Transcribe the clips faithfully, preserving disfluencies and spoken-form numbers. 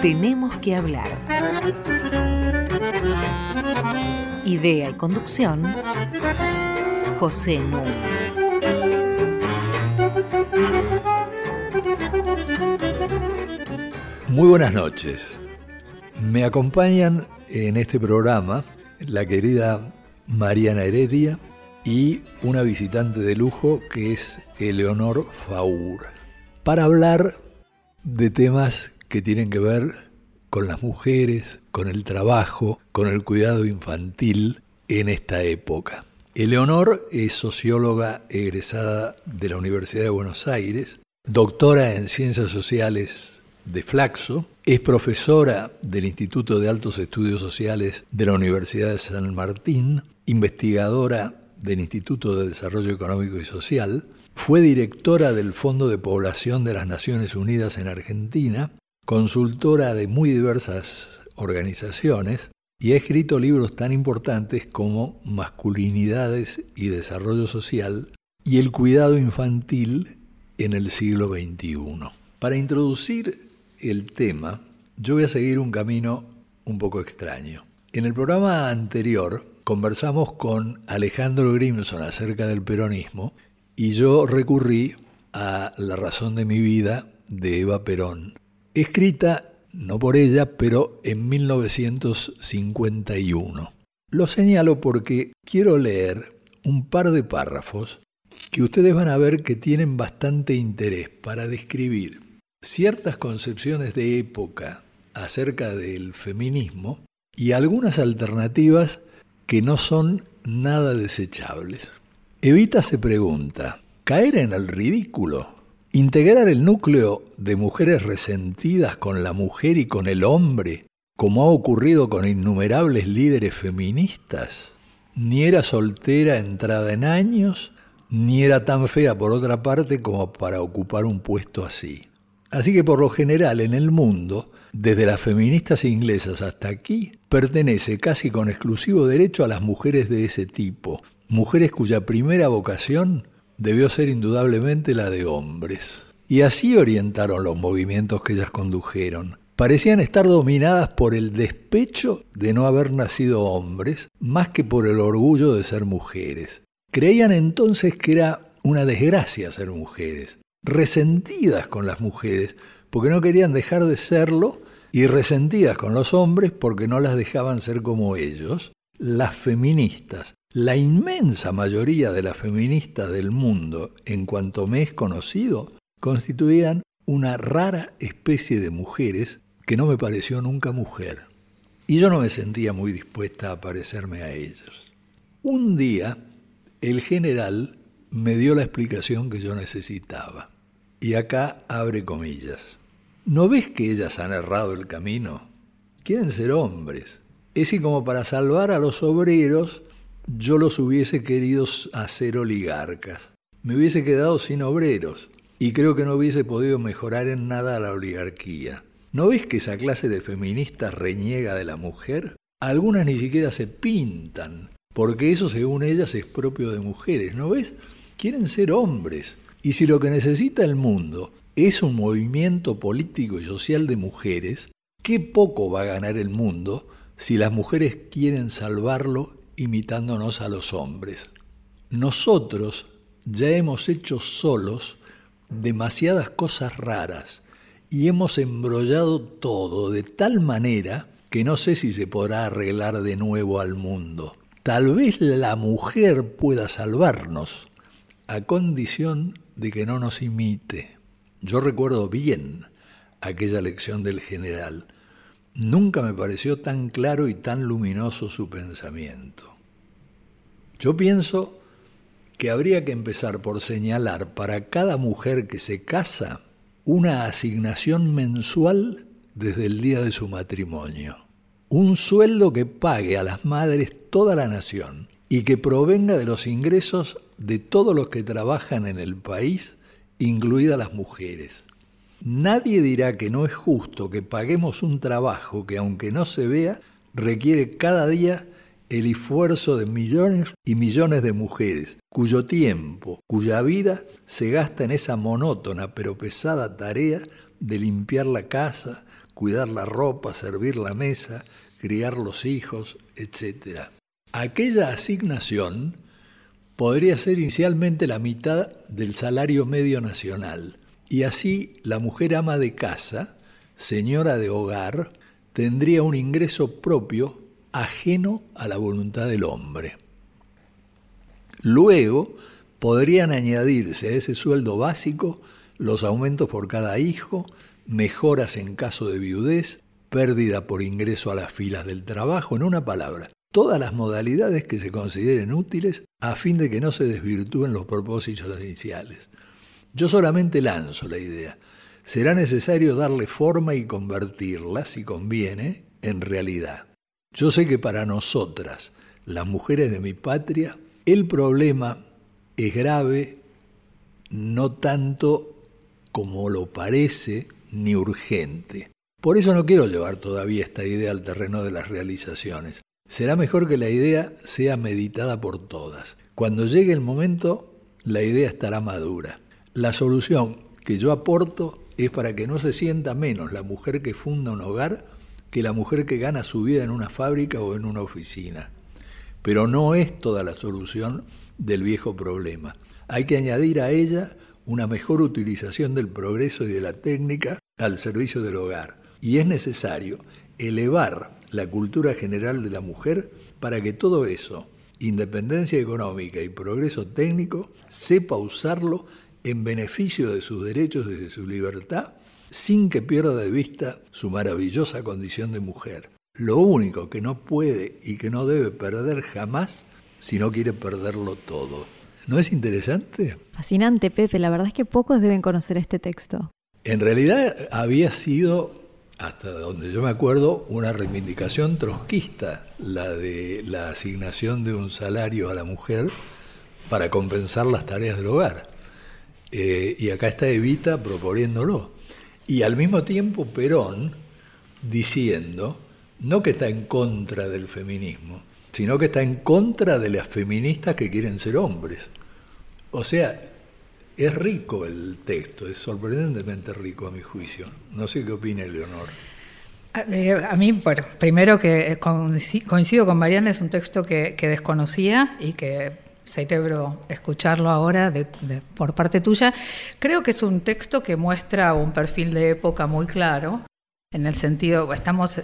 Tenemos que hablar. Idea y conducción, José Núñez. Muy buenas noches. Me acompañan en este programa la querida Mariana Heredia y una visitante de lujo que es Eleonor Faur, para hablar de temas que tienen que ver con las mujeres, con el trabajo, con el cuidado infantil en esta época. Eleonor es socióloga egresada de la Universidad de Buenos Aires, doctora en Ciencias Sociales de Flaxo, es profesora del Instituto de Altos Estudios Sociales de la Universidad de San Martín, investigadora del Instituto de Desarrollo Económico y Social, fue directora del Fondo de Población de las Naciones Unidas en Argentina, consultora de muy diversas organizaciones y ha escrito libros tan importantes como Masculinidades y Desarrollo Social y El Cuidado Infantil en el siglo veintiuno. Para introducir el tema, yo voy a seguir un camino un poco extraño. En el programa anterior conversamos con Alejandro Grimson acerca del peronismo y yo recurrí a La razón de mi vida de Eva Perón, escrita no por ella, pero en mil novecientos cincuenta y uno. Lo señalo porque quiero leer un par de párrafos que ustedes van a ver que tienen bastante interés para describir ciertas concepciones de época acerca del feminismo y algunas alternativas que no son nada desechables. Evita se pregunta, ¿caer en el ridículo? ¿Integrar el núcleo de mujeres resentidas con la mujer y con el hombre, como ha ocurrido con innumerables líderes feministas? Ni era soltera entrada en años, ni era tan fea por otra parte como para ocupar un puesto así. Así que por lo general en el mundo, desde las feministas inglesas hasta aquí, pertenece casi con exclusivo derecho a las mujeres de ese tipo, mujeres cuya primera vocación debió ser indudablemente la de hombres. Y así orientaron los movimientos que ellas condujeron. Parecían estar dominadas por el despecho de no haber nacido hombres, más que por el orgullo de ser mujeres. Creían entonces que era una desgracia ser mujeres, resentidas con las mujeres porque no querían dejar de serlo y resentidas con los hombres porque no las dejaban ser como ellos. Las feministas, la inmensa mayoría de las feministas del mundo, en cuanto me es conocido, constituían una rara especie de mujeres que no me pareció nunca mujer. Y yo no me sentía muy dispuesta a parecerme a ellos. Un día, el general me dio la explicación que yo necesitaba. Y acá abre comillas. ¿No ves que ellas han errado el camino? Quieren ser hombres. Es y como para salvar a los obreros, yo los hubiese querido hacer oligarcas. Me hubiese quedado sin obreros y creo que no hubiese podido mejorar en nada a la oligarquía. ¿No ves que esa clase de feministas reniega de la mujer? Algunas ni siquiera se pintan, porque eso según ellas es propio de mujeres. ¿No ves? Quieren ser hombres. Y si lo que necesita el mundo es un movimiento político y social de mujeres, qué poco va a ganar el mundo si las mujeres quieren salvarlo imitándonos a los hombres. Nosotros ya hemos hecho solos demasiadas cosas raras y hemos embrollado todo de tal manera que no sé si se podrá arreglar de nuevo al mundo. Tal vez la mujer pueda salvarnos, a condición de que no nos imite. Yo recuerdo bien aquella lección del general. Nunca me pareció tan claro y tan luminoso su pensamiento. Yo pienso que habría que empezar por señalar para cada mujer que se casa una asignación mensual desde el día de su matrimonio. Un sueldo que pague a las madres toda la nación y que provenga de los ingresos de todos los que trabajan en el país, incluidas las mujeres. Nadie dirá que no es justo que paguemos un trabajo que, aunque no se vea, requiere cada día el esfuerzo de millones y millones de mujeres, cuyo tiempo, cuya vida se gasta en esa monótona pero pesada tarea de limpiar la casa, cuidar la ropa, servir la mesa, criar los hijos, etcétera. Aquella asignación podría ser inicialmente la mitad del salario medio nacional, y así la mujer ama de casa, señora de hogar, tendría un ingreso propio ajeno a la voluntad del hombre. Luego podrían añadirse a ese sueldo básico los aumentos por cada hijo, mejoras en caso de viudez, pérdida por ingreso a las filas del trabajo, en una palabra, todas las modalidades que se consideren útiles a fin de que no se desvirtúen los propósitos iniciales. Yo solamente lanzo la idea. Será necesario darle forma y convertirla, si conviene, en realidad. Yo sé que para nosotras, las mujeres de mi patria, el problema es grave, no tanto como lo parece, ni urgente. Por eso no quiero llevar todavía esta idea al terreno de las realizaciones. Será mejor que la idea sea meditada por todas. Cuando llegue el momento, la idea estará madura. La solución que yo aporto es para que no se sienta menos la mujer que funda un hogar que la mujer que gana su vida en una fábrica o en una oficina. Pero no es toda la solución del viejo problema. Hay que añadir a ella una mejor utilización del progreso y de la técnica al servicio del hogar. Y es necesario elevar la cultura general de la mujer para que todo eso, independencia económica y progreso técnico, sepa usarlo en beneficio de sus derechos y de su libertad, sin que pierda de vista su maravillosa condición de mujer. Lo único que no puede y que no debe perder jamás, si no quiere perderlo todo. ¿No es interesante? Fascinante, Pepe. La verdad es que pocos deben conocer este texto. En realidad había sido, hasta donde yo me acuerdo, una reivindicación trotskista, la de la asignación de un salario a la mujer para compensar las tareas del hogar. Eh, y acá está Evita proponiéndolo. Y al mismo tiempo Perón diciendo, no que está en contra del feminismo, sino que está en contra de las feministas que quieren ser hombres. O sea, es rico el texto, es sorprendentemente rico a mi juicio. No sé qué opina Leonor. A, a mí, bueno, primero que coincido con Mariana, es un texto que, que desconocía y que celebro escucharlo ahora de, de, por parte tuya. Creo que es un texto que muestra un perfil de época muy claro, en el sentido, estamos...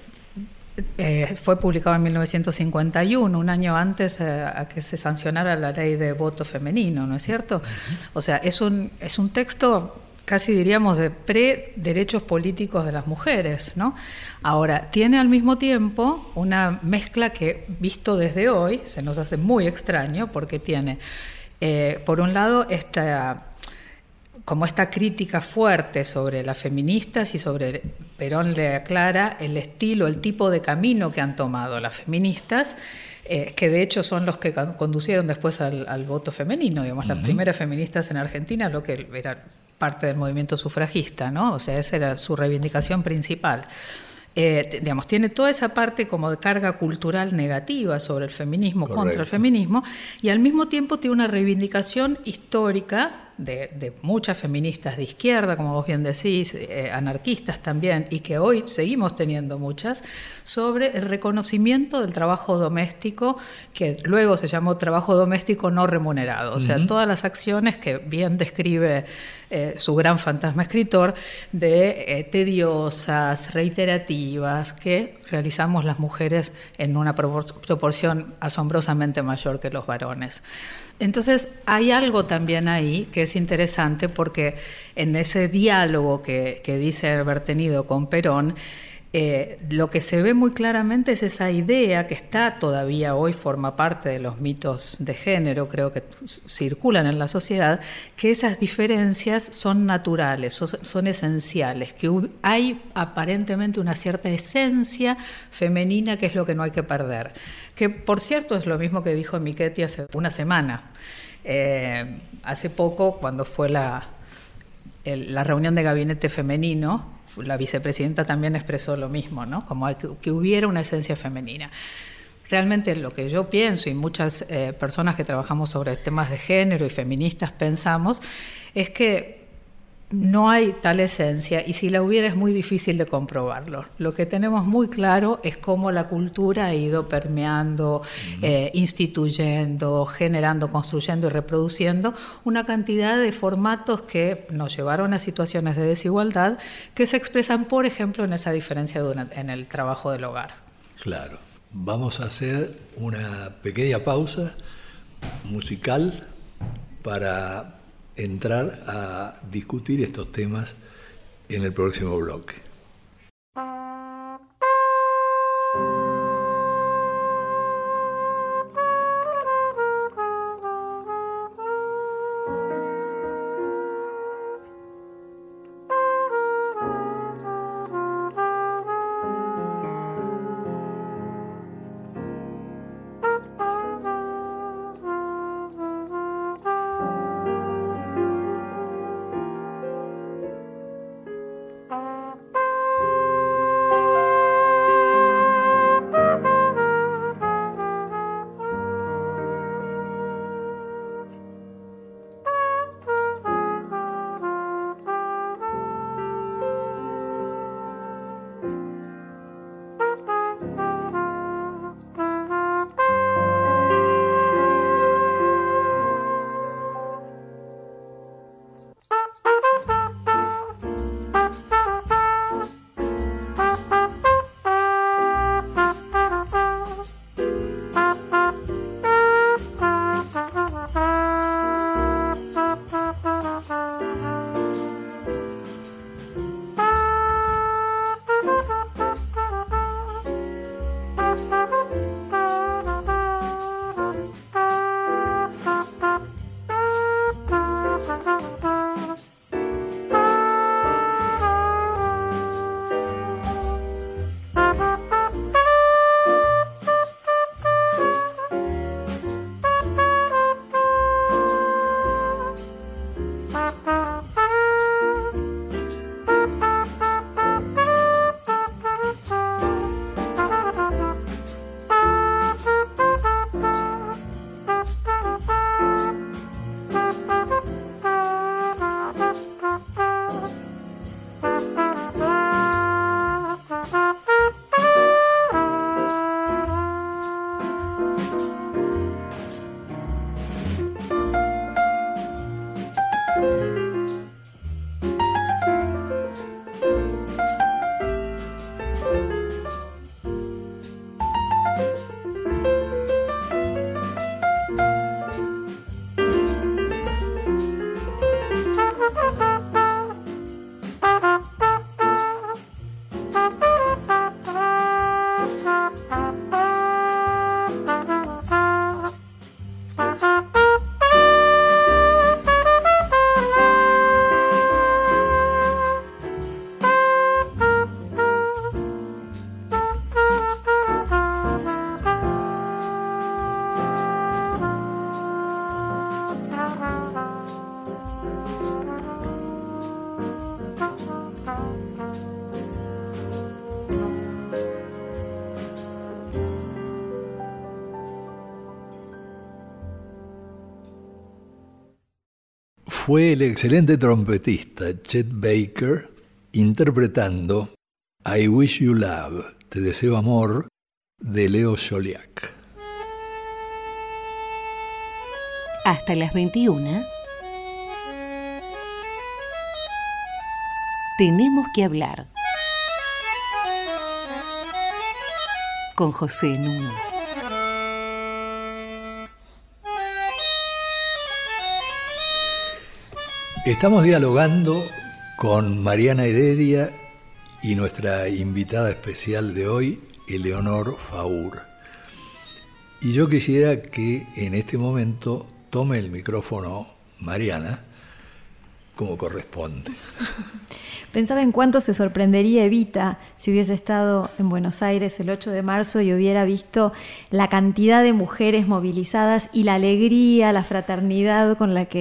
Eh, fue publicado en mil novecientos cincuenta y uno, un año antes eh, a que se sancionara la ley de voto femenino, ¿no es cierto? O sea, es un, es un texto casi diríamos de pre-derechos políticos de las mujeres, ¿no? Ahora, tiene al mismo tiempo una mezcla que, visto desde hoy, se nos hace muy extraño, porque tiene, eh, por un lado, esta... como esta crítica fuerte sobre las feministas y sobre, Perón le aclara el estilo, el tipo de camino que han tomado las feministas, eh, que de hecho son los que conducieron después al, al voto femenino, digamos, uh-huh. Las primeras feministas en Argentina, lo que era parte del movimiento sufragista, ¿no? O sea, esa era su reivindicación principal. Eh, digamos, tiene toda esa parte como de carga cultural negativa sobre el feminismo, correcto, contra el feminismo, y al mismo tiempo tiene una reivindicación histórica de, de muchas feministas de izquierda, como vos bien decís, eh, anarquistas también, y que hoy seguimos teniendo muchas, sobre el reconocimiento del trabajo doméstico, que luego se llamó trabajo doméstico no remunerado, o sea, uh-huh. todas las acciones que bien describe eh, su gran fantasma escritor, de eh, tediosas, reiterativas, que realizamos las mujeres en una propor- proporción asombrosamente mayor que los varones. Entonces, hay algo también ahí que es interesante, porque en ese diálogo que, que dice haber tenido con Perón, eh, lo que se ve muy claramente es esa idea que está todavía hoy, forma parte de los mitos de género, creo que circulan en la sociedad, que esas diferencias son naturales, son, son esenciales, que hay aparentemente una cierta esencia femenina que es lo que no hay que perder. Que, por cierto, es lo mismo que dijo Michetti hace una semana. Eh, hace poco, cuando fue la, el, la reunión de gabinete femenino, la vicepresidenta también expresó lo mismo, ¿no? Como hay que, que hubiera una esencia femenina. Realmente lo que yo pienso, y muchas eh, personas que trabajamos sobre temas de género y feministas pensamos, es que no hay tal esencia, y si la hubiera es muy difícil de comprobarlo. Lo que tenemos muy claro es cómo la cultura ha ido permeando, uh-huh. eh, instituyendo, generando, construyendo y reproduciendo una cantidad de formatos que nos llevaron a situaciones de desigualdad que se expresan, por ejemplo, en esa diferencia durante, en el trabajo del hogar. Claro. Vamos a hacer una pequeña pausa musical para entrar a discutir estos temas en el próximo bloque. Fue el excelente trompetista Chet Baker interpretando I Wish You Love, Te Deseo Amor, de Leo Joliak. Hasta las veintiuna tenemos que hablar con José Núñez. Estamos dialogando con Mariana Heredia y nuestra invitada especial de hoy, Eleonor Faur. Y yo quisiera que en este momento tome el micrófono Mariana como corresponde. Pensaba en cuánto se sorprendería Evita si hubiese estado en Buenos Aires el ocho de marzo y hubiera visto la cantidad de mujeres movilizadas y la alegría, la fraternidad con la que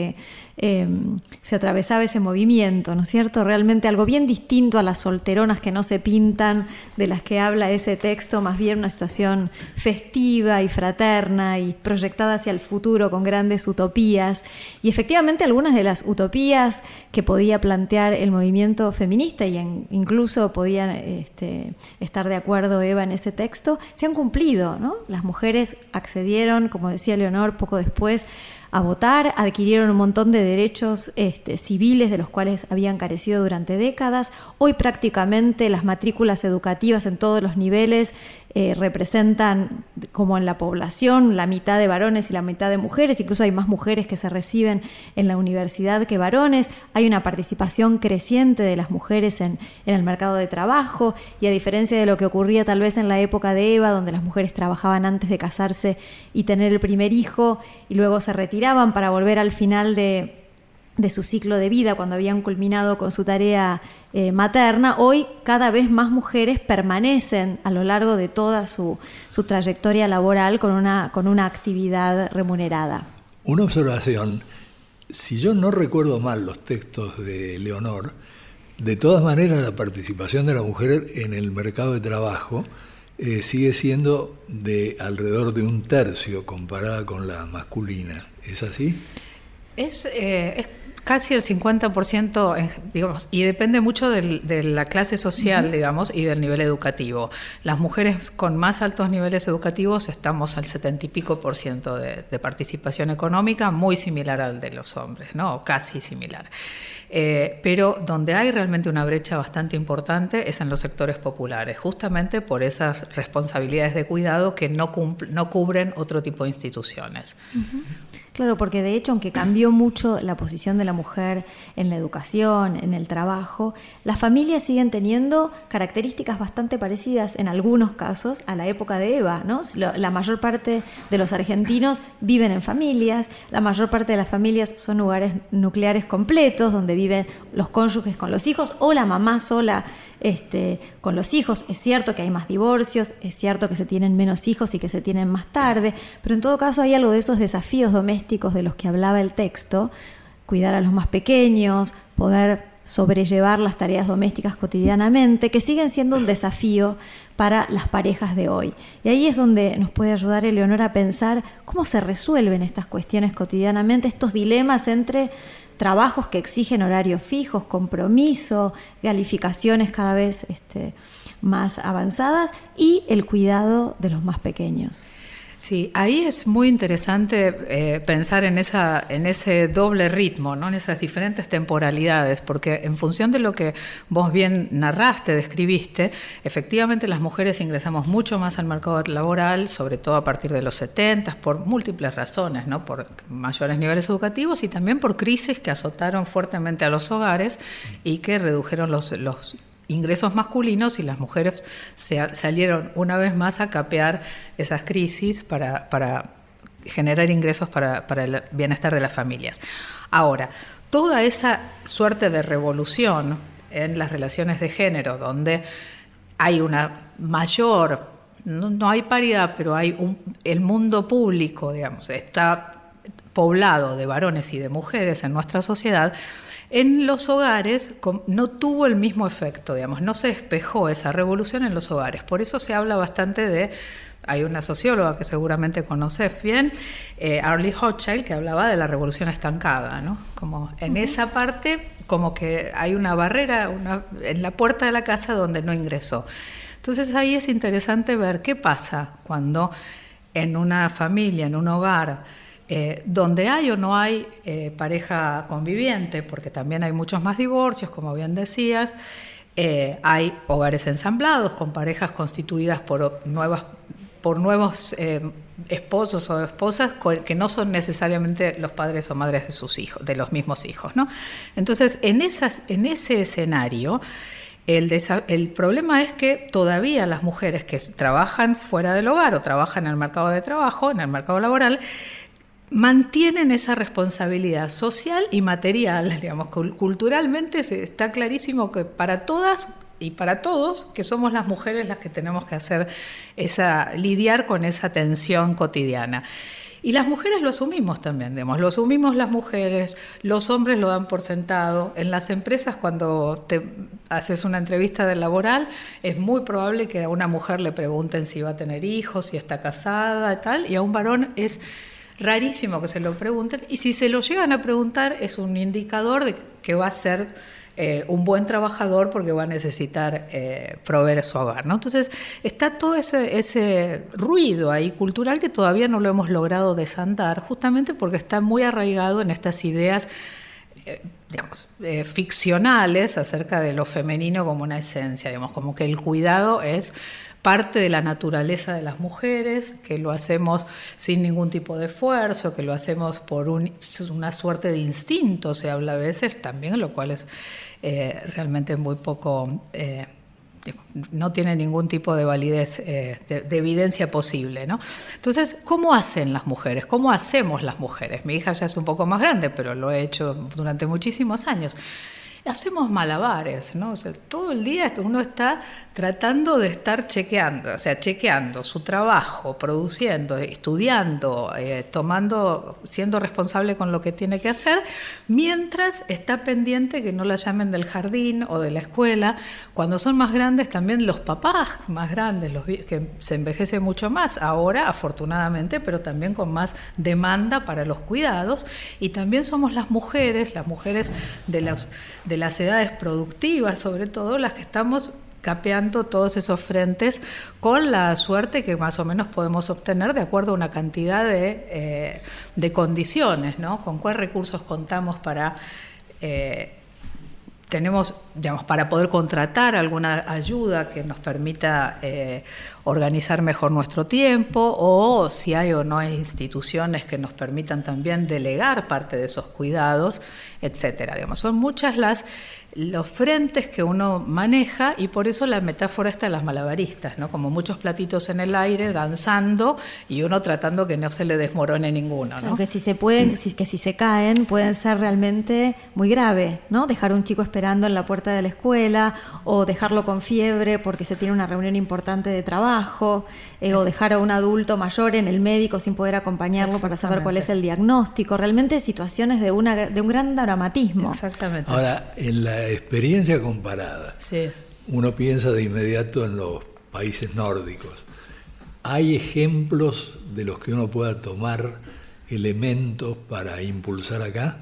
eh, se atravesaba ese movimiento, ¿no es cierto? Realmente algo bien distinto a las solteronas que no se pintan, de las que habla ese texto, más bien una situación festiva y fraterna y proyectada hacia el futuro con grandes utopías. Y efectivamente algunas de las utopías que podía plantear el movimiento feminista, y en, incluso podían este, estar de acuerdo Eva en ese texto, se han cumplido, ¿no? Las mujeres accedieron, como decía Leonor, poco después, a votar, adquirieron un montón de derechos este, civiles de los cuales habían carecido durante décadas. Hoy prácticamente las matrículas educativas en todos los niveles eh, representan, como en la población, la mitad de varones y la mitad de mujeres. Incluso hay más mujeres que se reciben en la universidad que varones. Hay una participación creciente de las mujeres en, en el mercado de trabajo, y a diferencia de lo que ocurría tal vez en la época de Eva, donde las mujeres trabajaban antes de casarse y tener el primer hijo y luego se retiraban para volver al final de, de su ciclo de vida, cuando habían culminado con su tarea eh, materna, hoy cada vez más mujeres permanecen a lo largo de toda su, su trayectoria laboral con una, con una actividad remunerada. Una observación: si yo no recuerdo mal los textos de Leonor, de todas maneras la participación de la mujer en el mercado de trabajo eh, sigue siendo de alrededor de un tercio comparada con la masculina. ¿Es así? Es, eh, es casi el cincuenta por ciento, digamos, y depende mucho del, de la clase social, uh-huh. digamos, y del nivel educativo. Las mujeres con más altos niveles educativos estamos al setenta y pico por ciento de, de participación económica, muy similar al de los hombres, ¿no? Casi similar. Eh, pero donde hay realmente una brecha bastante importante es en los sectores populares, justamente por esas responsabilidades de cuidado que no, cumpl- no cubren otro tipo de instituciones. Uh-huh. Claro, porque de hecho, aunque cambió mucho la posición de la mujer en la educación, en el trabajo, las familias siguen teniendo características bastante parecidas en algunos casos a la época de Eva, ¿no? La mayor parte de los argentinos viven en familias, la mayor parte de las familias son hogares nucleares completos, donde viven los cónyuges con los hijos o la mamá sola Este, con los hijos. Es cierto que hay más divorcios, es cierto que se tienen menos hijos y que se tienen más tarde, pero en todo caso hay algo de esos desafíos domésticos de los que hablaba el texto: cuidar a los más pequeños, poder sobrellevar las tareas domésticas cotidianamente, que siguen siendo un desafío para las parejas de hoy. Y ahí es donde nos puede ayudar Eleonora a pensar cómo se resuelven estas cuestiones cotidianamente, estos dilemas entre trabajos que exigen horarios fijos, compromiso, calificaciones cada vez este, más avanzadas, y el cuidado de los más pequeños. Sí, ahí es muy interesante eh, pensar en, esa, en ese doble ritmo, ¿no? En esas diferentes temporalidades, porque en función de lo que vos bien narraste, describiste, efectivamente las mujeres ingresamos mucho más al mercado laboral, sobre todo a partir de los setenta, por múltiples razones, ¿no? Por mayores niveles educativos y también por crisis que azotaron fuertemente a los hogares y que redujeron los... los ingresos masculinos, y las mujeres se salieron una vez más a capear esas crisis para, para generar ingresos para, para el bienestar de las familias. Ahora, toda esa suerte de revolución en las relaciones de género, donde hay una mayor, no, no hay paridad, pero hay un, el mundo público, digamos, está poblado de varones y de mujeres en nuestra sociedad. En los hogares no tuvo el mismo efecto, digamos, no se despejó esa revolución en los hogares. Por eso se habla bastante de, hay una socióloga que seguramente conoces bien, eh, Arlie Hochschild, que hablaba de la revolución estancada, ¿no? Como en uh-huh. esa parte, como que hay una barrera una, en la puerta de la casa donde no ingresó. Entonces ahí es interesante ver qué pasa cuando en una familia, en un hogar, Eh, donde hay o no hay eh, pareja conviviente, porque también hay muchos más divorcios, como bien decías, eh, hay hogares ensamblados con parejas constituidas por nuevas por nuevos eh, esposos o esposas que no son necesariamente los padres o madres de sus hijos, de los mismos hijos, ¿no? Entonces, en esas, en ese escenario, El, desa- el problema es que todavía las mujeres que trabajan fuera del hogar o trabajan en el mercado de trabajo, en el mercado laboral, mantienen esa responsabilidad social y material, digamos, culturalmente está clarísimo que para todas y para todos, que somos las mujeres las que tenemos que hacer esa, lidiar con esa tensión cotidiana. Y las mujeres lo asumimos también, digamos, lo asumimos las mujeres, los hombres lo dan por sentado. En las empresas, cuando te haces una entrevista de laboral, es muy probable que a una mujer le pregunten si va a tener hijos, si está casada y tal, y a un varón es rarísimo que se lo pregunten, y si se lo llegan a preguntar es un indicador de que va a ser Eh, un buen trabajador porque va a necesitar eh, proveer su hogar, ¿no? Entonces está todo ese, ese ruido ahí cultural que todavía no lo hemos logrado desandar, justamente porque está muy arraigado en estas ideas eh, digamos, eh, ficcionales acerca de lo femenino como una esencia, digamos, como que el cuidado es parte de la naturaleza de las mujeres, que lo hacemos sin ningún tipo de esfuerzo, que lo hacemos por un, una suerte de instinto, se habla a veces también, lo cual es eh, realmente muy poco, eh, no tiene ningún tipo de validez, eh, de, de evidencia posible, ¿no? Entonces, ¿cómo hacen las mujeres? ¿Cómo hacemos las mujeres? Mi hija ya es un poco más grande, pero lo he hecho durante muchísimos años. Hacemos malabares, ¿no? O sea, todo el día uno está tratando de estar chequeando, o sea, chequeando su trabajo, produciendo, estudiando, eh, tomando, siendo responsable con lo que tiene que hacer, mientras está pendiente que no la llamen del jardín o de la escuela. Cuando son más grandes, también los papás más grandes, los que se envejece mucho más ahora, afortunadamente, pero también con más demanda para los cuidados. Y también somos las mujeres, las mujeres de los de las edades productivas, sobre todo, las que estamos capeando todos esos frentes con la suerte que más o menos podemos obtener de acuerdo a una cantidad de, eh, de condiciones, ¿no? Con cuáles recursos contamos para... Eh, tenemos, digamos, para poder contratar alguna ayuda que nos permita eh, organizar mejor nuestro tiempo, o si hay o no hay instituciones que nos permitan también delegar parte de esos cuidados, etcétera. Digamos, son muchas las los frentes que uno maneja, y por eso la metáfora está de las malabaristas, ¿no? Como muchos platitos en el aire, danzando, y uno tratando que no se le desmorone ninguno, ¿no? Aunque si se pueden, si, que si se caen, pueden ser realmente muy grave, ¿no? Dejar a un chico esperando en la puerta de la escuela, o dejarlo con fiebre porque se tiene una reunión importante de trabajo, eh, o dejar a un adulto mayor en el médico sin poder acompañarlo para saber cuál es el diagnóstico. Realmente situaciones de, una, de un gran dramatismo. Exactamente. Ahora, en la experiencia comparada, sí, uno piensa de inmediato en los países nórdicos. ¿Hay ejemplos de los que uno pueda tomar elementos para impulsar acá?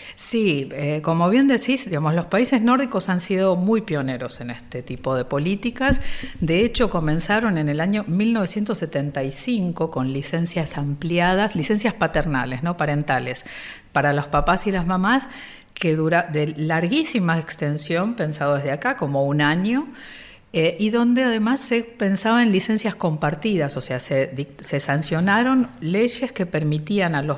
Sí, eh, como bien decís, digamos, los países nórdicos han sido muy pioneros en este tipo de políticas. De hecho, comenzaron en el año mil novecientos setenta y cinco con licencias ampliadas, licencias paternales, no parentales, para los papás y las mamás, que dura de larguísima extensión, pensado desde acá, como un año, eh, y donde además se pensaba en licencias compartidas, o sea, se, se sancionaron leyes que permitían a los,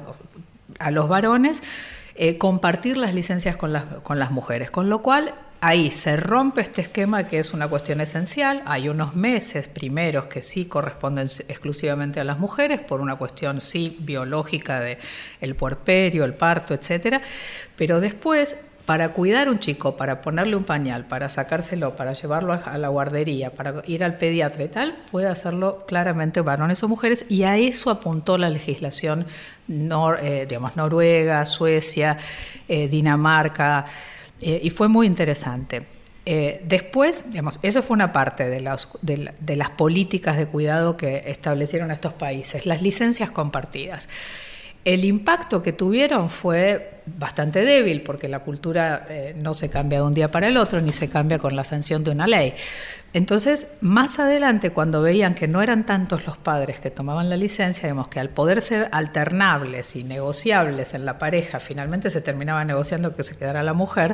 a los varones eh, compartir las licencias con las, con las mujeres, con lo cual ahí se rompe este esquema que es una cuestión esencial. Hay unos meses primeros que sí corresponden exclusivamente a las mujeres por una cuestión sí biológica de el puerperio, el parto, etcétera, pero después, para cuidar a un chico, para ponerle un pañal, para sacárselo, para llevarlo a la guardería, para ir al pediatra y tal, puede hacerlo claramente varones o mujeres, y a eso apuntó la legislación nor, eh, digamos, Noruega, Suecia, eh, Dinamarca, eh, y fue muy interesante. Eh, después, digamos, eso fue una parte de las, de, de las políticas de cuidado que establecieron estos países, las licencias compartidas. El impacto que tuvieron fue bastante débil, porque la cultura eh, no se cambia de un día para el otro, ni se cambia con la sanción de una ley. Entonces, más adelante, cuando veían que no eran tantos los padres que tomaban la licencia, digamos que al poder ser alternables y negociables en la pareja, finalmente se terminaba negociando que se quedara la mujer,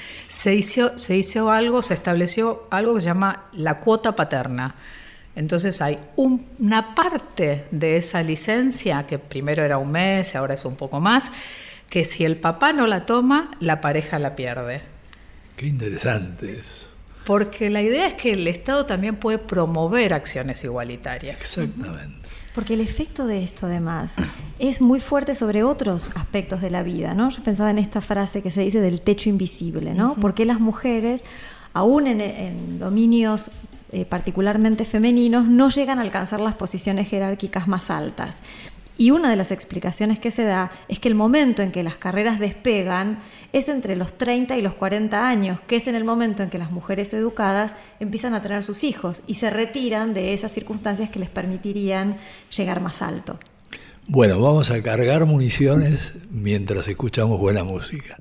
se hizo, se hizo algo, se estableció algo que se llama la cuota paterna. Entonces hay un, una parte de esa licencia, que primero era un mes, ahora es un poco más, que si el papá no la toma, la pareja la pierde. Qué interesante eso. Porque la idea es que el Estado también puede promover acciones igualitarias. Exactamente. Porque el efecto de esto, además, es muy fuerte sobre otros aspectos de la vida, ¿no? Yo pensaba en esta frase que se dice del techo invisible, ¿no? Uh-huh. Porque las mujeres, aún en, en dominios Eh, particularmente femeninos, no llegan a alcanzar las posiciones jerárquicas más altas. Y una de las explicaciones que se da es que el momento en que las carreras despegan es entre los treinta y los cuarenta años, que es en el momento en que las mujeres educadas empiezan a tener sus hijos y se retiran de esas circunstancias que les permitirían llegar más alto. Bueno, vamos a cargar municiones mientras escuchamos buena música.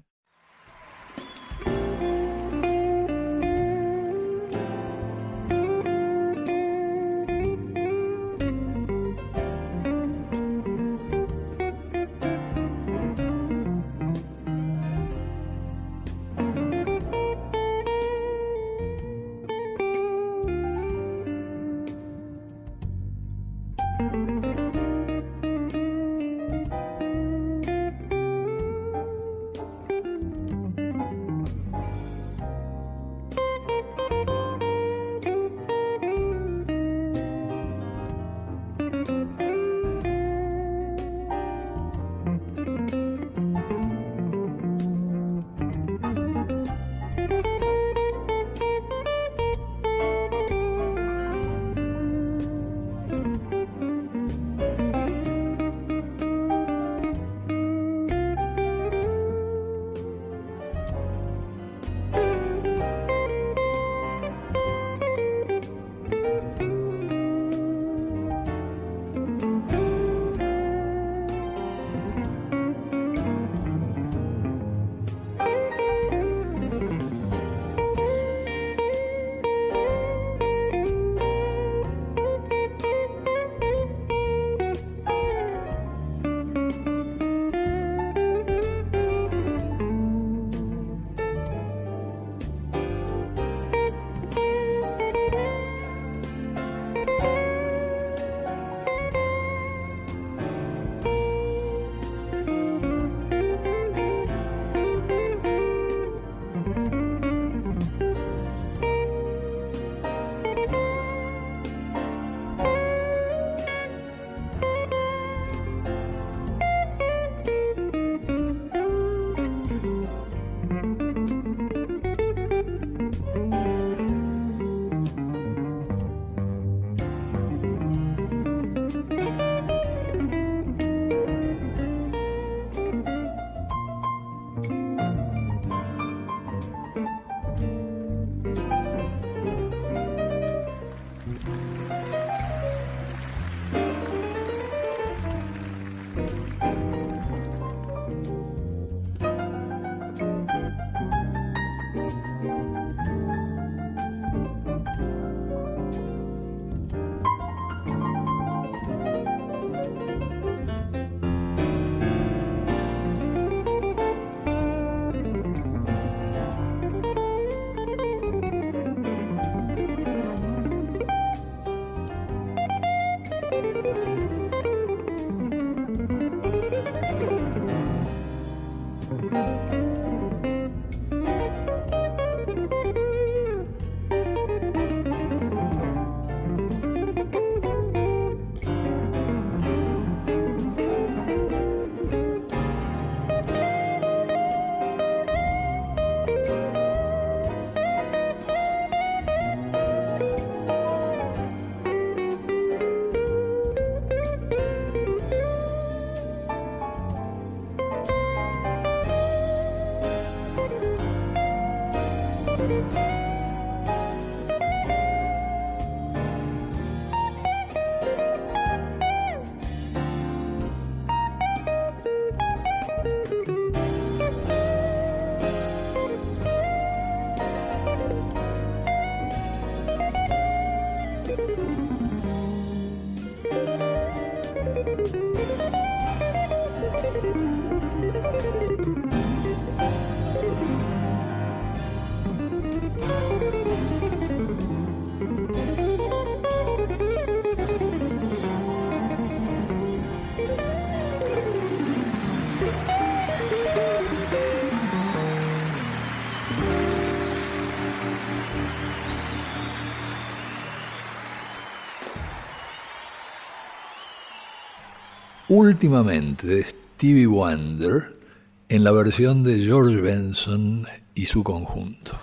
Últimamente de Stevie Wonder en la versión de George Benson y su conjunto.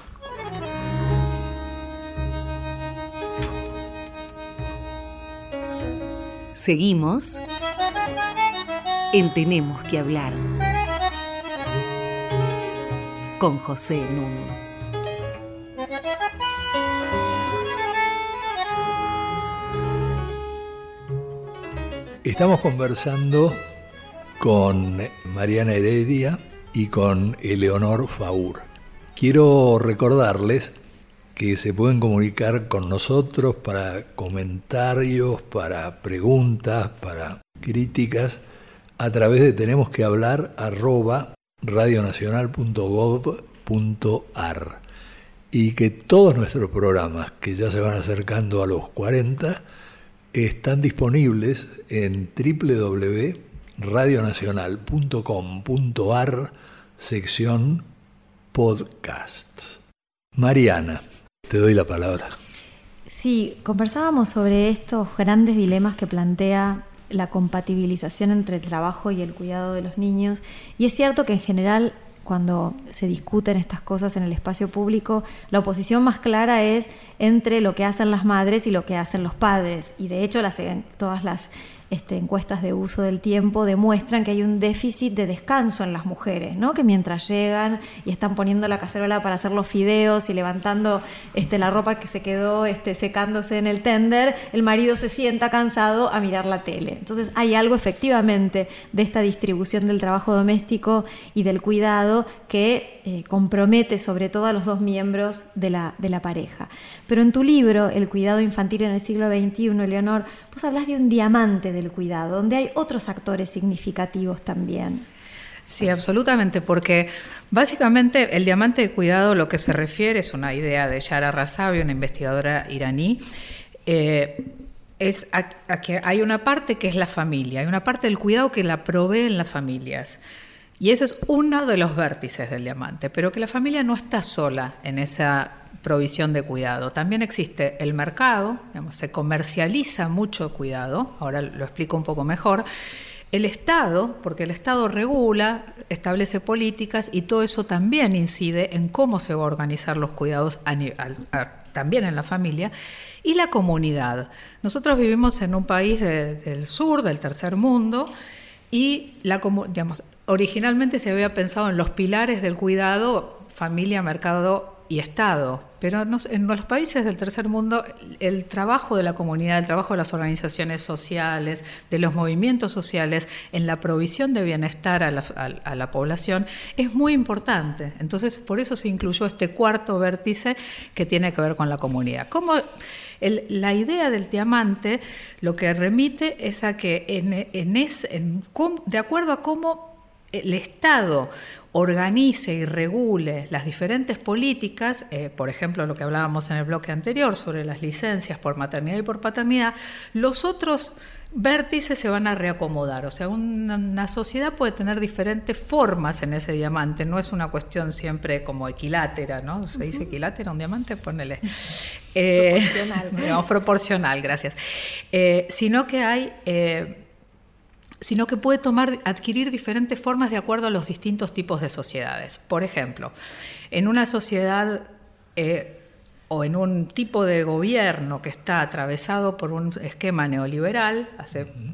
Seguimos en Tenemos que hablar con José Nuno. Estamos conversando con Mariana Heredia y con Eleonor Faur. Quiero recordarles que se pueden comunicar con nosotros para comentarios, para preguntas, para críticas, a través de tenemos que hablar arroba radionacional punto gov punto ar, y que todos nuestros programas, que ya se van acercando a los cuarenta, están disponibles en doble u doble u doble u punto radionacional punto com punto ar, sección podcasts. Mariana, te doy la palabra. Sí, conversábamos sobre estos grandes dilemas que plantea la compatibilización entre el trabajo y el cuidado de los niños, y es cierto que en general cuando se discuten estas cosas en el espacio público, la oposición más clara es entre lo que hacen las madres y lo que hacen los padres, y de hecho las, todas las Este, encuestas de uso del tiempo demuestran que hay un déficit de descanso en las mujeres, ¿no? Que mientras llegan y están poniendo la cacerola para hacer los fideos y levantando este, la ropa que se quedó este, secándose en el tender, el marido se sienta cansado a mirar la tele. Entonces hay algo efectivamente de esta distribución del trabajo doméstico y del cuidado que eh, compromete sobre todo a los dos miembros de la, de la pareja. Pero en tu libro, El cuidado infantil en el siglo veintiuno, Eleonor, vos hablás de un diamante del cuidado, donde hay otros actores significativos también. Sí, absolutamente, porque básicamente el diamante de cuidado lo que se refiere es una idea de Yara Razavi, una investigadora iraní, eh, es a, a que hay una parte que es la familia, hay una parte del cuidado que la proveen las familias. Y ese es uno de los vértices del diamante, pero que la familia no está sola en esa provisión de cuidado. También existe el mercado, digamos, se comercializa mucho cuidado, ahora lo explico un poco mejor. El Estado, porque el Estado regula, establece políticas y todo eso también incide en cómo se va a organizar los cuidados a, a, a, también en la familia. Y la comunidad. Nosotros vivimos en un país de, del sur, del tercer mundo, y la, digamos, originalmente se había pensado en los pilares del cuidado, familia, mercado y Estado, pero en los países del tercer mundo el trabajo de la comunidad, el trabajo de las organizaciones sociales, de los movimientos sociales en la provisión de bienestar a la, a, a la población es muy importante. Entonces, por eso se incluyó este cuarto vértice que tiene que ver con la comunidad. Como el, la idea del diamante lo que remite es a que en, en es, en, de acuerdo a cómo el Estado organice y regule las diferentes políticas, eh, por ejemplo, lo que hablábamos en el bloque anterior sobre las licencias por maternidad y por paternidad, los otros vértices se van a reacomodar. O sea, una, una sociedad puede tener diferentes formas en ese diamante, no es una cuestión siempre como equilátera, ¿no? ¿Se dice equilátera un diamante? Ponele. Eh, proporcional. Digamos, proporcional, gracias. Eh, sino que hay... Eh, sino que puede tomar, adquirir diferentes formas de acuerdo a los distintos tipos de sociedades. Por ejemplo, en una sociedad eh, o en un tipo de gobierno que está atravesado por un esquema neoliberal, hace, uh-huh.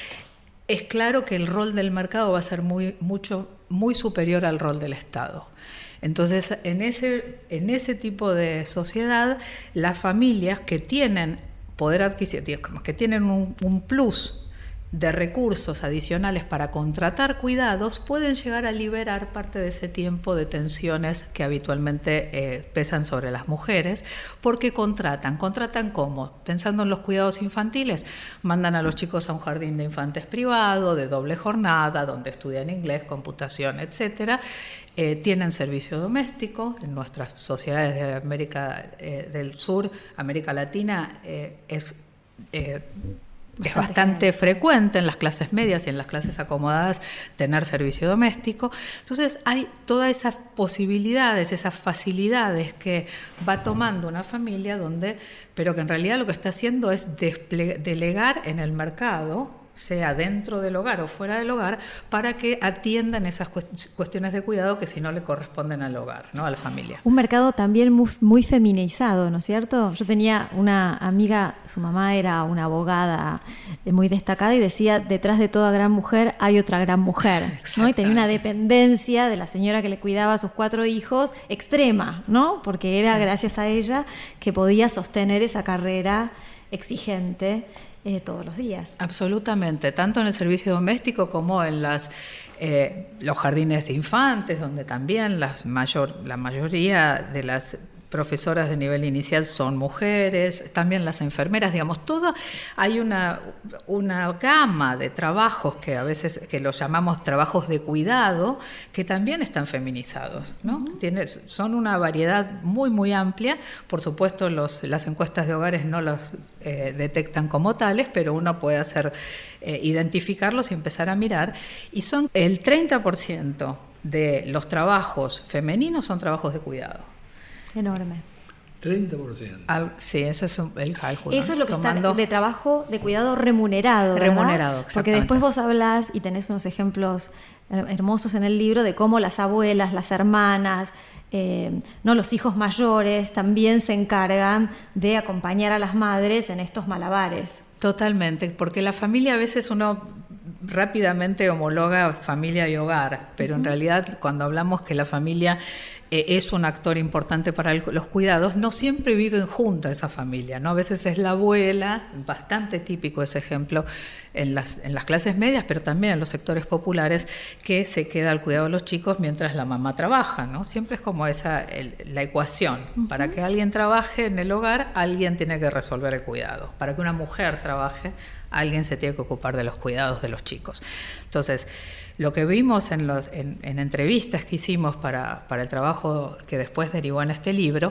es claro que el rol del mercado va a ser muy, mucho, muy superior al rol del Estado. Entonces, en ese, en ese tipo de sociedad, las familias que tienen poder adquisitivo, que tienen un, un plus de recursos adicionales para contratar cuidados, pueden llegar a liberar parte de ese tiempo de tensiones que habitualmente eh, pesan sobre las mujeres, porque contratan. ¿Contratan cómo? Pensando en los cuidados infantiles, mandan a los chicos a un jardín de infantes privado, de doble jornada, donde estudian inglés, computación, etcétera. Eh, tienen servicio doméstico. En nuestras sociedades de América eh, del Sur, América Latina, eh, es... Eh, Es bastante frecuente en las clases medias y en las clases acomodadas tener servicio doméstico. Entonces hay todas esas posibilidades, esas facilidades que va tomando una familia, donde, pero que en realidad lo que está haciendo es desplegar, delegar en el mercado sea dentro del hogar o fuera del hogar, para que atiendan esas cuestiones de cuidado que si no le corresponden al hogar, ¿no? A la familia. Un mercado también muy, muy feminizado, ¿no es cierto? Yo tenía una amiga, su mamá era una abogada muy destacada y decía, detrás de toda gran mujer hay otra gran mujer, ¿no? Y tenía una dependencia de la señora que le cuidaba a sus cuatro hijos extrema, ¿no? Porque era sí. gracias a ella que podía sostener esa carrera exigente Eh, todos los días. Absolutamente, tanto en el servicio doméstico como en las, eh, los jardines de infantes, donde también las mayor, la mayoría de las profesoras de nivel inicial son mujeres, también las enfermeras, digamos, todo, hay una, una gama de trabajos que a veces que los llamamos trabajos de cuidado, que también están feminizados, ¿no? Uh-huh. Tiene, son una variedad muy, muy amplia. Por supuesto, los, las encuestas de hogares no los eh, detectan como tales, pero uno puede hacer, eh, identificarlos y empezar a mirar. Y son el treinta por ciento de los trabajos femeninos son trabajos de cuidado. Enorme. treinta por ciento. Al, sí, ese es el cálculo. Eso es lo que Tomando... está de trabajo de cuidado remunerado, ¿verdad? Remunerado, exactamente. Porque después vos hablás y tenés unos ejemplos hermosos en el libro de cómo las abuelas, las hermanas, eh, no los hijos mayores también se encargan de acompañar a las madres en estos malabares. Totalmente, porque la familia a veces uno rápidamente homologa familia y hogar, pero uh-huh. en realidad cuando hablamos que la familia eh, es un actor importante para el, los cuidados, no siempre viven juntas esa familia, ¿no? A veces es la abuela, bastante típico ese ejemplo en las, en las clases medias, pero también en los sectores populares, que se queda al cuidado de los chicos mientras la mamá trabaja, ¿no? Siempre es como esa el, la ecuación. Uh-huh. Para que alguien trabaje en el hogar, alguien tiene que resolver el cuidado. Para que una mujer trabaje, alguien se tiene que ocupar de los cuidados de los chicos. Entonces, lo que vimos en, los, en, en entrevistas que hicimos para, para el trabajo que después derivó en este libro,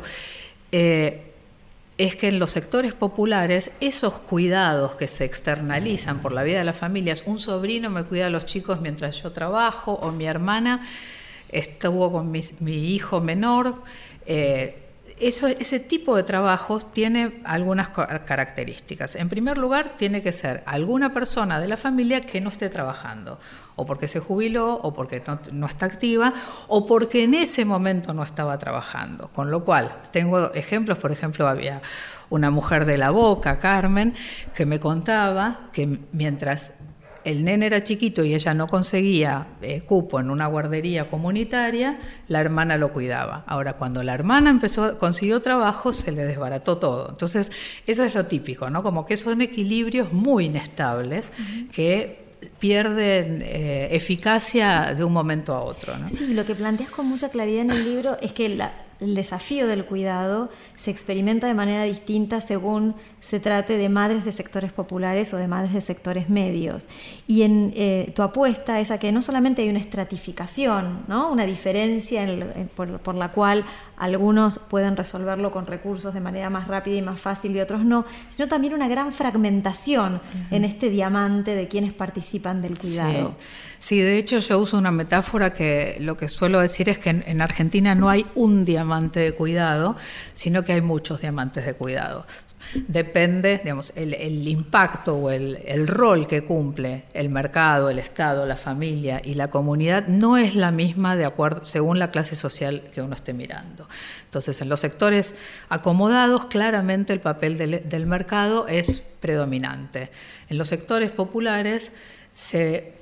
eh, es que en los sectores populares esos cuidados que se externalizan por la vida de las familias, un sobrino me cuida a los chicos mientras yo trabajo, o mi hermana estuvo con mi, mi hijo menor, eh, Eso, ese tipo de trabajos tiene algunas características. En primer lugar, tiene que ser alguna persona de la familia que no esté trabajando, o porque se jubiló, o porque no, no está activa, o porque en ese momento no estaba trabajando. Con lo cual, tengo ejemplos, por ejemplo, había una mujer de La Boca, Carmen, que me contaba que mientras el nene era chiquito y ella no conseguía eh, cupo en una guardería comunitaria, la hermana lo cuidaba. Ahora, cuando la hermana empezó, consiguió trabajo, se le desbarató todo. Entonces, eso es lo típico, ¿no? Como que son equilibrios muy inestables uh-huh. que pierden eh, eficacia de un momento a otro, ¿no? Sí, lo que planteas con mucha claridad en el libro es que la, el desafío del cuidado se experimenta de manera distinta según se trate de madres de sectores populares o de madres de sectores medios. Y en eh, tu apuesta es a que no solamente hay una estratificación, ¿no? Una diferencia en el, en, por, por la cual algunos pueden resolverlo con recursos de manera más rápida y más fácil y otros no, sino también una gran fragmentación uh-huh. en este diamante de quienes participan del cuidado. Sí. Sí, de hecho yo uso una metáfora que lo que suelo decir es que en, en Argentina no hay un diamante de cuidado, sino que hay muchos diamantes de cuidado. Depende, digamos, el, el impacto o el, el rol que cumple el mercado, el Estado, la familia y la comunidad no es la misma de acuerdo según la clase social que uno esté mirando. Entonces, en los sectores acomodados, claramente el papel del, del mercado es predominante. En los sectores populares se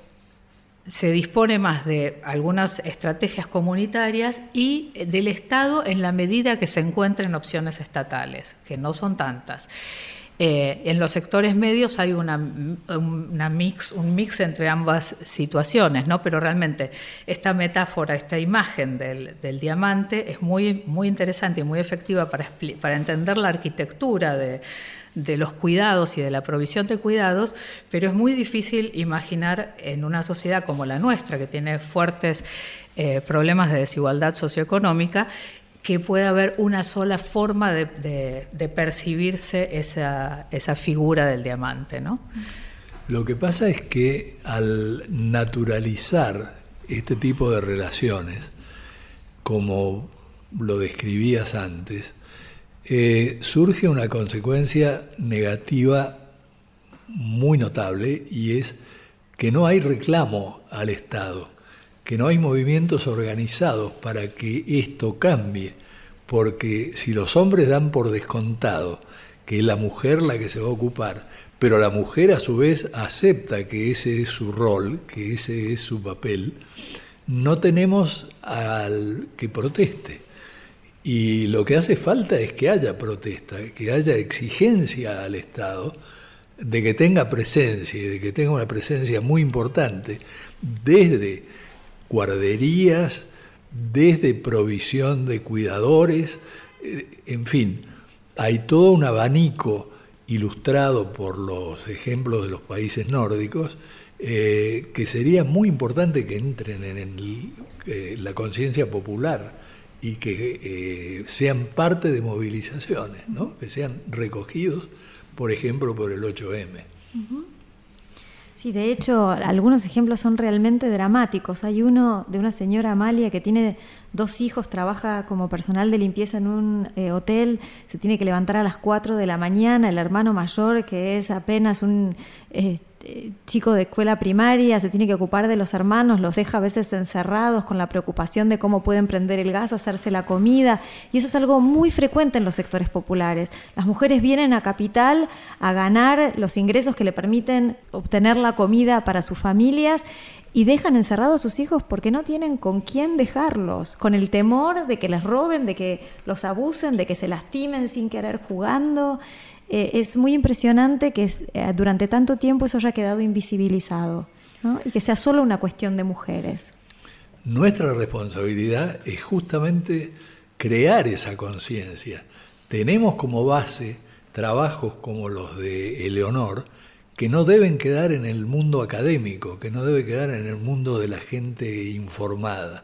se dispone más de algunas estrategias comunitarias y del Estado en la medida que se encuentren opciones estatales, que no son tantas. Eh, en los sectores medios hay una, una mix, un mix entre ambas situaciones, ¿no? Pero realmente esta metáfora, esta imagen del, del diamante es muy, muy interesante y muy efectiva para, para entender la arquitectura de de los cuidados y de la provisión de cuidados, pero es muy difícil imaginar en una sociedad como la nuestra, que tiene fuertes eh, problemas de desigualdad socioeconómica, que pueda haber una sola forma de, de, de percibirse esa, esa figura del diamante, ¿no? Lo que pasa es que al naturalizar este tipo de relaciones, como lo describías antes, Eh, surge una consecuencia negativa muy notable, y es que no hay reclamo al Estado, que no hay movimientos organizados para que esto cambie, porque si los hombres dan por descontado que es la mujer la que se va a ocupar, pero la mujer a su vez acepta que ese es su rol, que ese es su papel, no tenemos al que proteste. Y lo que hace falta es que haya protesta, que haya exigencia al Estado de que tenga presencia, y de que tenga una presencia muy importante, desde guarderías, desde provisión de cuidadores, en fin, hay todo un abanico ilustrado por los ejemplos de los países nórdicos, eh, que sería muy importante que entren en el, eh, la conciencia popular y que eh, sean parte de movilizaciones, ¿no? Que sean recogidos, por ejemplo, por el ocho eme. Uh-huh. Sí, de hecho, algunos ejemplos son realmente dramáticos. Hay uno de una señora Amalia que tiene dos hijos, trabaja como personal de limpieza en un eh, hotel, se tiene que levantar a las cuatro de la mañana, el hermano mayor, que es apenas un eh, chico de escuela primaria, se tiene que ocupar de los hermanos, los deja a veces encerrados con la preocupación de cómo pueden prender el gas, hacerse la comida, y eso es algo muy frecuente en los sectores populares. Las mujeres vienen a Capital a ganar los ingresos que le permiten obtener la comida para sus familias y dejan encerrados a sus hijos porque no tienen con quién dejarlos, con el temor de que les roben, de que los abusen, de que se lastimen sin querer jugando. Eh, es muy impresionante que es, eh, durante tanto tiempo eso haya quedado invisibilizado, ¿no? Y que sea solo una cuestión de mujeres. Nuestra responsabilidad es justamente crear esa conciencia. Tenemos como base trabajos como los de Eleonor, que no deben quedar en el mundo académico, que no debe quedar en el mundo de la gente informada,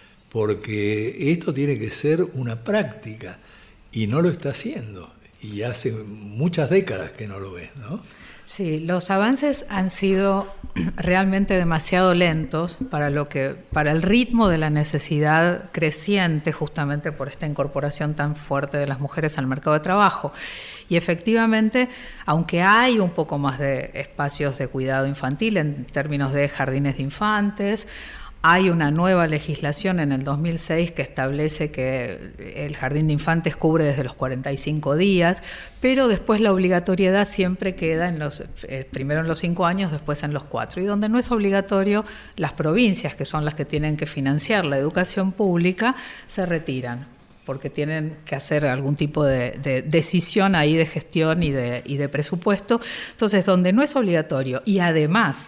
porque esto tiene que ser una práctica y no lo está haciendo. Y hace muchas décadas que no lo ves, ¿no? Sí, los avances han sido realmente demasiado lentos para lo que, para el ritmo de la necesidad creciente, justamente por esta incorporación tan fuerte de las mujeres al mercado de trabajo. Y efectivamente, aunque hay un poco más de espacios de cuidado infantil en términos de jardines de infantes, hay una nueva legislación en el dos mil seis que establece que el jardín de infantes cubre desde los cuarenta y cinco días, pero después la obligatoriedad siempre queda en los, eh, primero en los cinco años, después en los cuatro. Y donde no es obligatorio, las provincias, que son las que tienen que financiar la educación pública, se retiran, porque tienen que hacer algún tipo de, de decisión ahí de gestión y de, y de presupuesto. Entonces, donde no es obligatorio y además,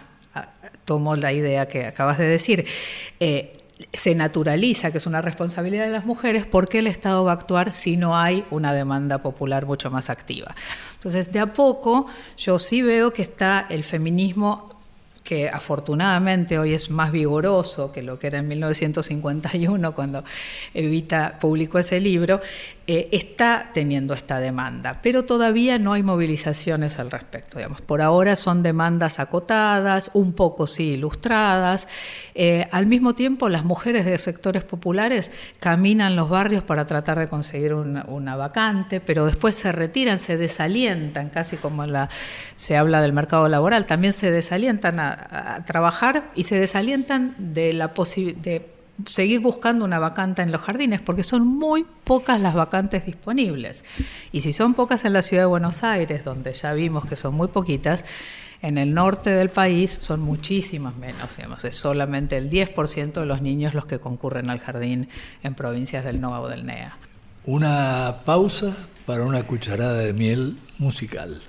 tomo la idea que acabas de decir, eh, se naturaliza que es una responsabilidad de las mujeres, ¿por qué el Estado va a actuar si no hay una demanda popular mucho más activa? Entonces, de a poco, yo sí veo que está el feminismo, que afortunadamente hoy es más vigoroso que lo que era en mil novecientos cincuenta y uno, cuando Evita publicó ese libro, eh, está teniendo esta demanda, pero todavía no hay movilizaciones al respecto. Digamos. Por ahora son demandas acotadas, un poco sí ilustradas. Eh, al mismo tiempo, las mujeres de sectores populares caminan los barrios para tratar de conseguir una, una vacante, pero después se retiran, se desalientan, casi como la, se habla del mercado laboral, también se desalientan a, a trabajar y se desalientan de la posibilidad de seguir buscando una vacante en los jardines, porque son muy pocas las vacantes disponibles. Y si son pocas en la ciudad de Buenos Aires, donde ya vimos que son muy poquitas, en el norte del país son muchísimas menos. Digamos, es solamente el diez por ciento de los niños los que concurren al jardín en provincias del N O A o del N E A. Una pausa para una cucharada de miel musical.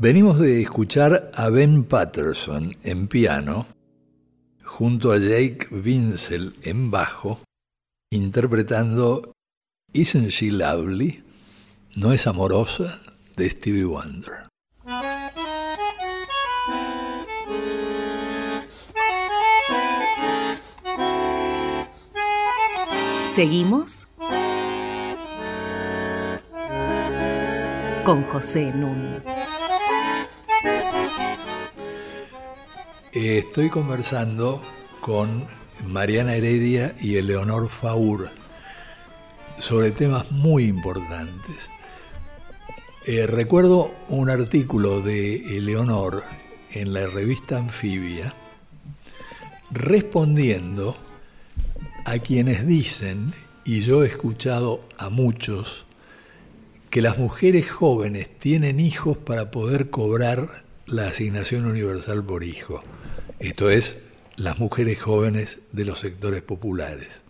Venimos de escuchar a Ben Patterson en piano, junto a Jake Winsel en bajo, interpretando Isn't She Lovely? ¿No es amorosa? De Stevie Wonder. Seguimos con José Nun. Estoy conversando con Mariana Heredia y Eleonor Faur sobre temas muy importantes. Eh, recuerdo un artículo de Eleonor en la revista Anfibia respondiendo a quienes dicen, y yo he escuchado a muchos, que las mujeres jóvenes tienen hijos para poder cobrar la asignación universal por hijo. Esto es, las mujeres jóvenes de los sectores populares.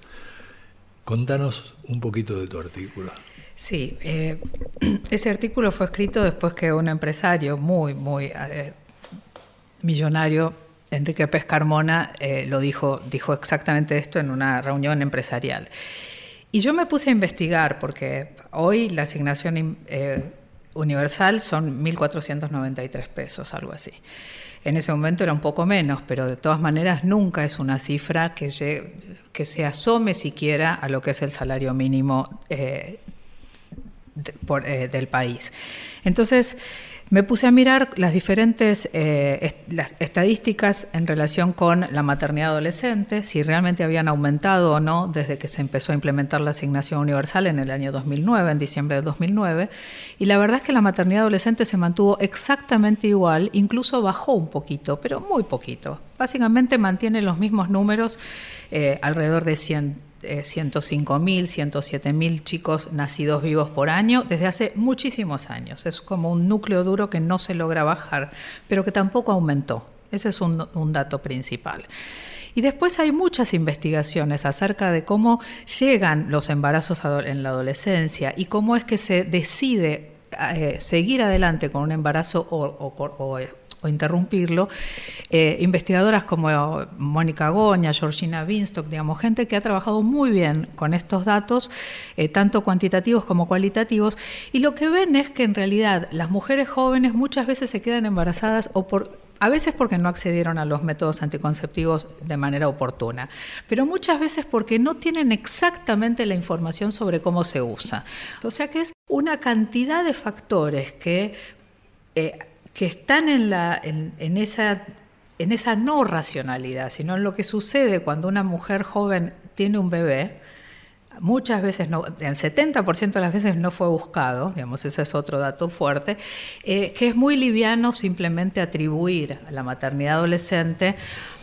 Contanos un poquito de tu artículo. Sí, eh, ese artículo fue escrito después que un empresario muy, muy eh, millonario, Enrique Pez Carmona, eh, lo dijo, dijo exactamente esto en una reunión empresarial. Y yo me puse a investigar, porque hoy la asignación eh, universal son mil cuatrocientos noventa y tres pesos, algo así. En ese momento era un poco menos, pero de todas maneras nunca es una cifra que, llegue, que se asome siquiera a lo que es el salario mínimo eh, de, por, eh, del país. Entonces me puse a mirar las diferentes eh, est- las estadísticas en relación con la maternidad adolescente, si realmente habían aumentado o no desde que se empezó a implementar la asignación universal en el año dos mil nueve, en diciembre de dos mil nueve, y la verdad es que la maternidad adolescente se mantuvo exactamente igual, incluso bajó un poquito, pero muy poquito. Básicamente mantiene los mismos números, eh, alrededor de cien Eh, ciento cinco mil, ciento siete mil chicos nacidos vivos por año desde hace muchísimos años. Es como un núcleo duro que no se logra bajar, pero que tampoco aumentó. Ese es un, un dato principal. Y después hay muchas investigaciones acerca de cómo llegan los embarazos en la adolescencia y cómo es que se decide eh, seguir adelante con un embarazo o, o, o o interrumpirlo, eh, investigadoras como Mónica Goña, Georgina Binstock, digamos, gente que ha trabajado muy bien con estos datos, eh, tanto cuantitativos como cualitativos, y lo que ven es que en realidad las mujeres jóvenes muchas veces se quedan embarazadas o por a veces porque no accedieron a los métodos anticonceptivos de manera oportuna, pero muchas veces porque no tienen exactamente la información sobre cómo se usa. O sea que es una cantidad de factores que eh, que están en, la, en, en, esa, en esa no racionalidad, sino en lo que sucede cuando una mujer joven tiene un bebé. Muchas veces, no, el setenta por ciento de las veces no fue buscado, digamos, ese es otro dato fuerte, eh, que es muy liviano simplemente atribuir a la maternidad adolescente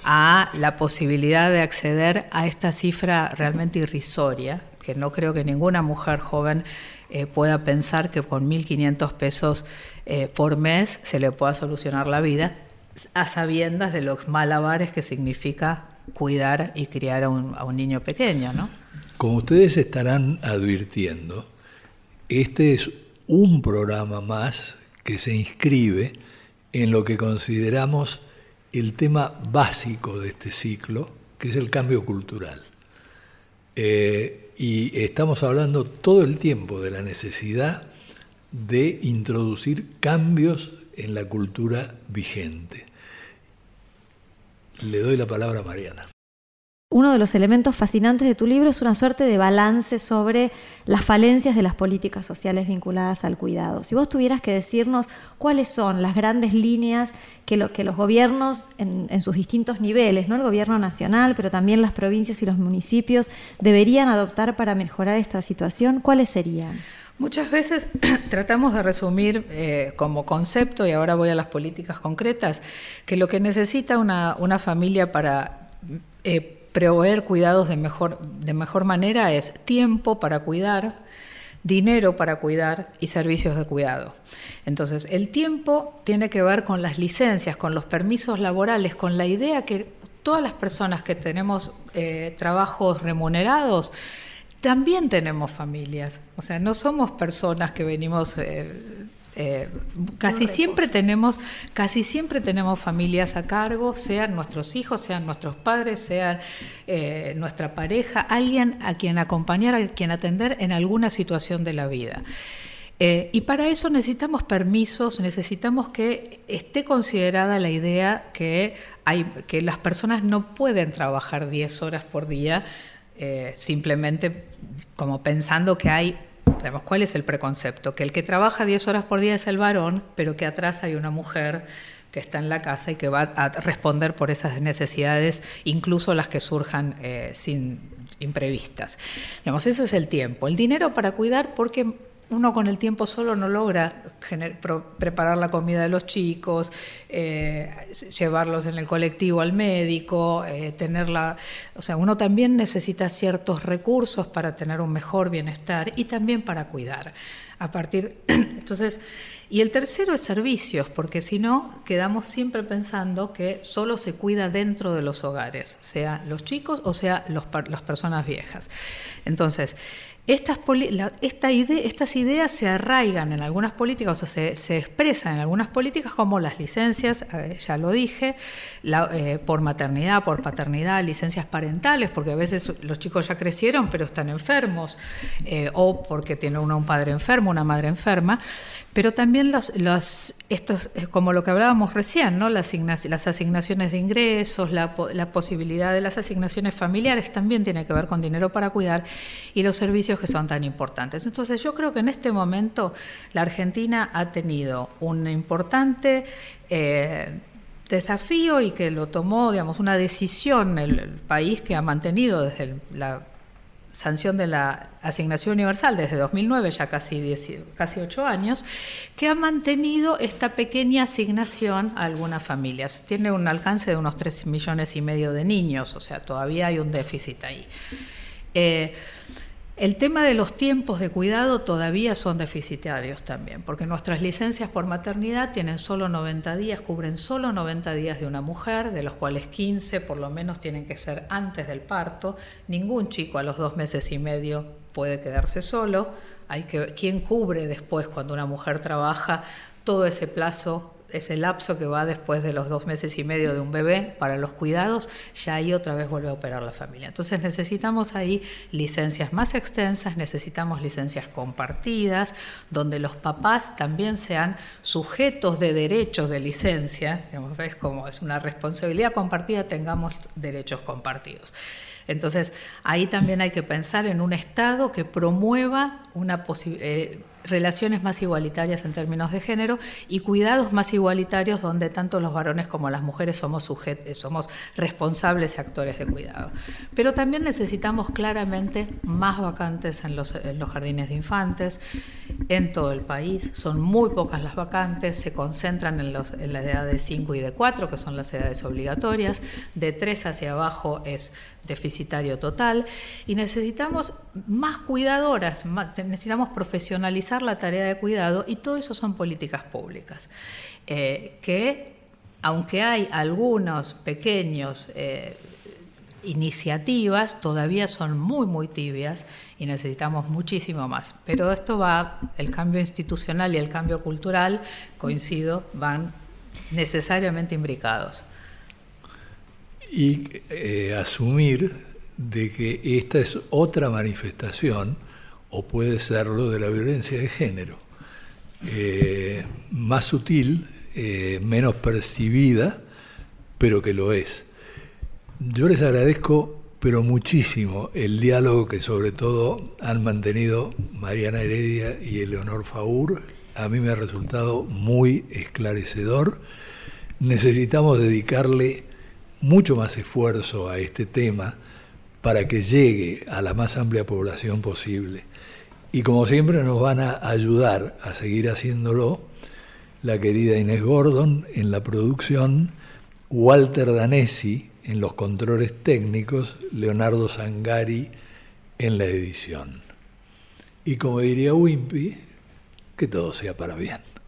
a la posibilidad de acceder a esta cifra realmente irrisoria, que no creo que ninguna mujer joven eh, pueda pensar que con mil quinientos pesos eh, por mes se le pueda solucionar la vida, a sabiendas de los malabares que significa cuidar y criar a un, a un niño pequeño, ¿no? Como ustedes estarán advirtiendo, este es un programa más que se inscribe en lo que consideramos el tema básico de este ciclo, que es el cambio cultural. Eh, y estamos hablando todo el tiempo de la necesidad de introducir cambios en la cultura vigente. Le doy la palabra a Mariana. Uno de los elementos fascinantes de tu libro es una suerte de balance sobre las falencias de las políticas sociales vinculadas al cuidado. Si vos tuvieras que decirnos cuáles son las grandes líneas que, lo, que los gobiernos en, en sus distintos niveles, no el gobierno nacional, pero también las provincias y los municipios, deberían adoptar para mejorar esta situación, ¿cuáles serían? Muchas veces tratamos de resumir eh, como concepto, y ahora voy a las políticas concretas, que lo que necesita una, una familia para eh, proveer cuidados de mejor, de mejor manera es tiempo para cuidar, dinero para cuidar y servicios de cuidado. Entonces, el tiempo tiene que ver con las licencias, con los permisos laborales, con la idea que todas las personas que tenemos eh, trabajos remunerados también tenemos familias. O sea, no somos personas que venimos eh, Eh, casi siempre tenemos, casi siempre tenemos familias a cargo, sean nuestros hijos, sean nuestros padres, sean eh, nuestra pareja, alguien a quien acompañar, a quien atender en alguna situación de la vida. Eh, y para eso necesitamos permisos, necesitamos que esté considerada la idea que, hay, que las personas no pueden trabajar diez horas por día eh, simplemente como pensando que hay... Digamos, ¿cuál es el preconcepto? Que el que trabaja diez horas por día es el varón, pero que atrás hay una mujer que está en la casa y que va a responder por esas necesidades, incluso las que surjan eh, sin imprevistas. Digamos, eso es el tiempo. El dinero para cuidar, porque uno con el tiempo solo no logra gener, pro, preparar la comida de los chicos, eh, llevarlos en el colectivo al médico, eh, tenerla, o sea, uno también necesita ciertos recursos para tener un mejor bienestar y también para cuidar. A partir, entonces, y el tercero es servicios, porque si no quedamos siempre pensando que solo se cuida dentro de los hogares, sea los chicos o sea los, las personas viejas. Entonces, Estas, la, esta ide, estas ideas se arraigan en algunas políticas, o sea, se, se expresan en algunas políticas como las licencias, eh, ya lo dije, la, eh, por maternidad, por paternidad, licencias parentales, porque a veces los chicos ya crecieron pero están enfermos, eh, o porque tiene uno un padre enfermo, una madre enferma, pero también los, los, estos, como lo que hablábamos recién, ¿no? las, asignaciones, las asignaciones de ingresos, la, la posibilidad de las asignaciones familiares también tiene que ver con dinero para cuidar y los servicios que son tan importantes. Entonces yo creo que en este momento la Argentina ha tenido un importante eh, desafío y que lo tomó, digamos, una decisión el, el país que ha mantenido desde el, la sanción de la asignación universal desde dos mil nueve, ya casi, diez, casi ocho años, que ha mantenido esta pequeña asignación a algunas familias. Tiene un alcance de unos tres millones y medio de niños, o sea, todavía hay un déficit ahí. Eh, El tema de los tiempos de cuidado todavía son deficitarios también, porque nuestras licencias por maternidad tienen solo noventa días, cubren solo noventa días de una mujer, de los cuales quince por lo menos tienen que ser antes del parto. Ningún chico a los dos meses y medio puede quedarse solo. Hay que, ¿quién cubre después cuando una mujer trabaja todo ese plazo? Ese lapso que va después de los dos meses y medio de un bebé para los cuidados, ya ahí otra vez vuelve a operar la familia. Entonces necesitamos ahí licencias más extensas, necesitamos licencias compartidas, donde los papás también sean sujetos de derechos de licencia, digamos, es como es una responsabilidad compartida, tengamos derechos compartidos. Entonces ahí también hay que pensar en un Estado que promueva una posibilidad, eh, relaciones más igualitarias en términos de género y cuidados más igualitarios donde tanto los varones como las mujeres somos, sujet- somos responsables y actores de cuidado. Pero también necesitamos claramente más vacantes en los, en los jardines de infantes en todo el país. Son muy pocas las vacantes, se concentran en, los, en la edad de cinco y de cuatro, que son las edades obligatorias, de tres hacia abajo es deficitario total, y necesitamos más cuidadoras, más, necesitamos profesionalizar la tarea de cuidado, y todo eso son políticas públicas, eh, que aunque hay algunos pequeños eh, iniciativas, todavía son muy muy tibias y necesitamos muchísimo más. Pero esto va, el cambio institucional y el cambio cultural, coincido, van necesariamente imbricados. Y eh, asumir de que esta es otra manifestación, o puede serlo, de la violencia de género, eh, más sutil, eh, menos percibida, pero que lo es. Yo les agradezco, pero muchísimo, el diálogo que sobre todo han mantenido Mariana Heredia y Eleonor Faur. A mí me ha resultado muy esclarecedor. Necesitamos dedicarle mucho más esfuerzo a este tema para que llegue a la más amplia población posible. Y como siempre nos van a ayudar a seguir haciéndolo la querida Inés Gordon en la producción, Walter Danesi en los controles técnicos, Leonardo Zangari en la edición. Y como diría Wimpy, que todo sea para bien.